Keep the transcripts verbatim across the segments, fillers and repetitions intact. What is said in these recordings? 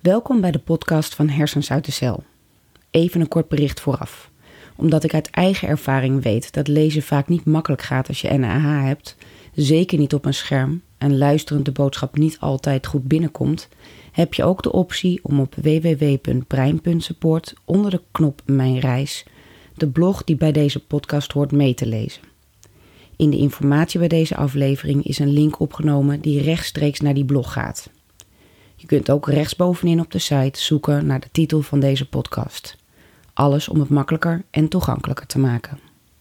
Welkom bij de podcast van Hersens uit de Cel. Even een kort bericht vooraf. Omdat ik uit eigen ervaring weet dat lezen vaak niet makkelijk gaat als je N A H hebt, zeker niet op een scherm en luisterend de boodschap niet altijd goed binnenkomt, heb je ook de optie om op w w w punt brein punt support onder de knop Mijn Reis de blog die bij deze podcast hoort mee te lezen. In de informatie bij deze aflevering is een link opgenomen die rechtstreeks naar die blog gaat. Je kunt ook rechtsbovenin op de site zoeken naar de titel van deze podcast. Alles om het makkelijker en toegankelijker te maken.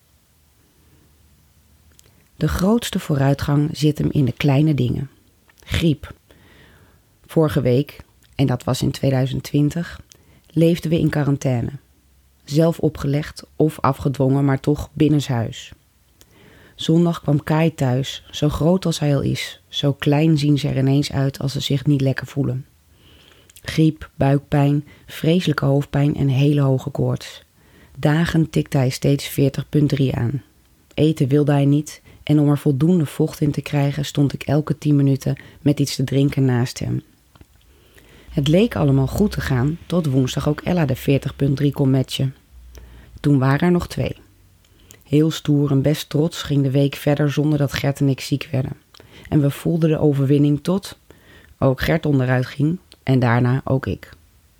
De grootste vooruitgang zit hem in de kleine dingen. Griep. Vorige week, en dat was in tweeduizend twintig, leefden we in quarantaine. Zelf opgelegd of afgedwongen, maar toch binnenshuis. Zondag kwam Kai thuis, zo groot als hij al is. Zo klein zien ze er ineens uit als ze zich niet lekker voelen. Griep, buikpijn, vreselijke hoofdpijn en hele hoge koorts. Dagen tikte hij steeds veertig komma drie aan. Eten wilde hij niet en om er voldoende vocht in te krijgen stond ik elke tien minuten met iets te drinken naast hem. Het leek allemaal goed te gaan tot woensdag ook Ella de veertig komma drie kon matchen. Toen waren er nog twee. Heel stoer en best trots ging de week verder zonder dat Gert en ik ziek werden. En we voelden de overwinning tot ook Gert onderuit ging en daarna ook ik.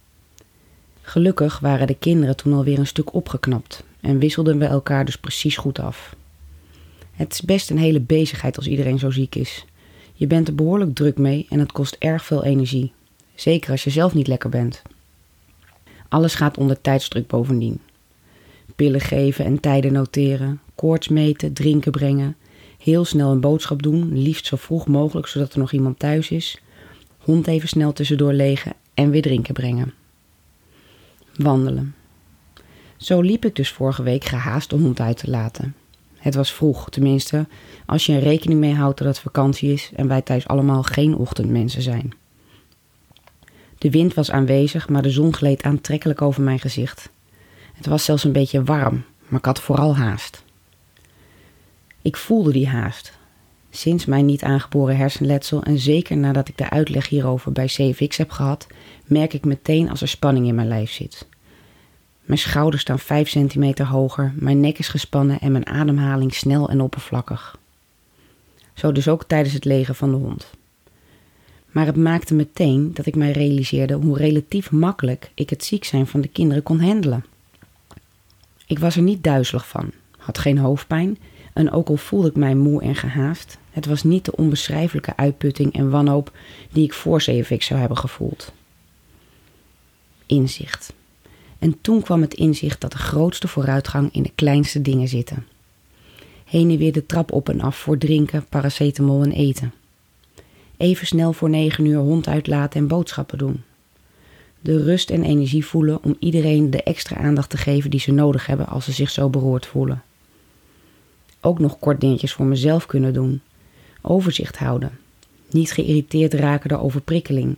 Gelukkig waren de kinderen toen alweer een stuk opgeknapt en wisselden we elkaar dus precies goed af. Het is best een hele bezigheid als iedereen zo ziek is. Je bent er behoorlijk druk mee en het kost erg veel energie. Zeker als je zelf niet lekker bent. Alles gaat onder tijdsdruk bovendien. Pillen geven en tijden noteren, koorts meten, drinken brengen, heel snel een boodschap doen, liefst zo vroeg mogelijk zodat er nog iemand thuis is, hond even snel tussendoor legen en weer drinken brengen. Wandelen. Zo liep ik dus vorige week gehaast de hond uit te laten. Het was vroeg, tenminste, als je er rekening mee houdt dat het vakantie is en wij thuis allemaal geen ochtendmensen zijn. De wind was aanwezig, maar de zon gleed aantrekkelijk over mijn gezicht. Het was zelfs een beetje warm, maar ik had vooral haast. Ik voelde die haast. Sinds mijn niet aangeboren hersenletsel en zeker nadat ik de uitleg hierover bij C F X heb gehad, merk ik meteen als er spanning in mijn lijf zit. Mijn schouders staan vijf centimeter hoger, mijn nek is gespannen en mijn ademhaling snel en oppervlakkig. Zo dus ook tijdens het legen van de hond. Maar het maakte meteen dat ik mij realiseerde hoe relatief makkelijk ik het ziek zijn van de kinderen kon handelen. Ik was er niet duizelig van, had geen hoofdpijn en ook al voelde ik mij moe en gehaast, het was niet de onbeschrijfelijke uitputting en wanhoop die ik voor C F X zou hebben gevoeld. Inzicht. En toen kwam het inzicht dat de grootste vooruitgang in de kleinste dingen zitten. Heen en weer de trap op en af voor drinken, paracetamol en eten. Even snel voor negen uur hond uitlaten en boodschappen doen. De rust en energie voelen om iedereen de extra aandacht te geven die ze nodig hebben als ze zich zo beroerd voelen. Ook nog kort dingetjes voor mezelf kunnen doen. Overzicht houden. Niet geïrriteerd raken door overprikkeling.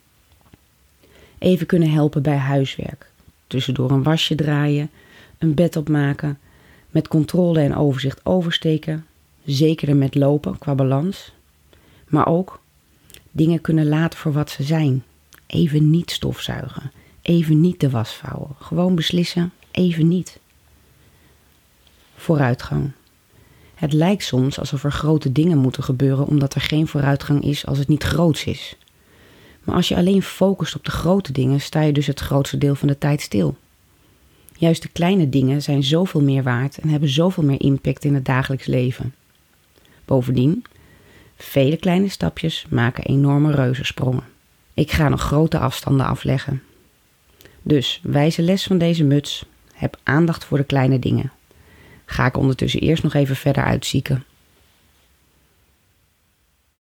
Even kunnen helpen bij huiswerk. Tussendoor een wasje draaien, een bed opmaken, met controle en overzicht oversteken, zekerder met lopen qua balans. Maar ook dingen kunnen laten voor wat ze zijn. Even niet stofzuigen, even niet de was vouwen. Gewoon beslissen, even niet. Vooruitgang. Het lijkt soms alsof er grote dingen moeten gebeuren omdat er geen vooruitgang is als het niet groots is. Maar als je alleen focust op de grote dingen, sta je dus het grootste deel van de tijd stil. Juist de kleine dingen zijn zoveel meer waard en hebben zoveel meer impact in het dagelijks leven. Bovendien, vele kleine stapjes maken enorme reuzensprongen. Ik ga nog grote afstanden afleggen. Dus, wijze les van deze muts, heb aandacht voor de kleine dingen. Ga ik ondertussen eerst nog even verder uitzieken.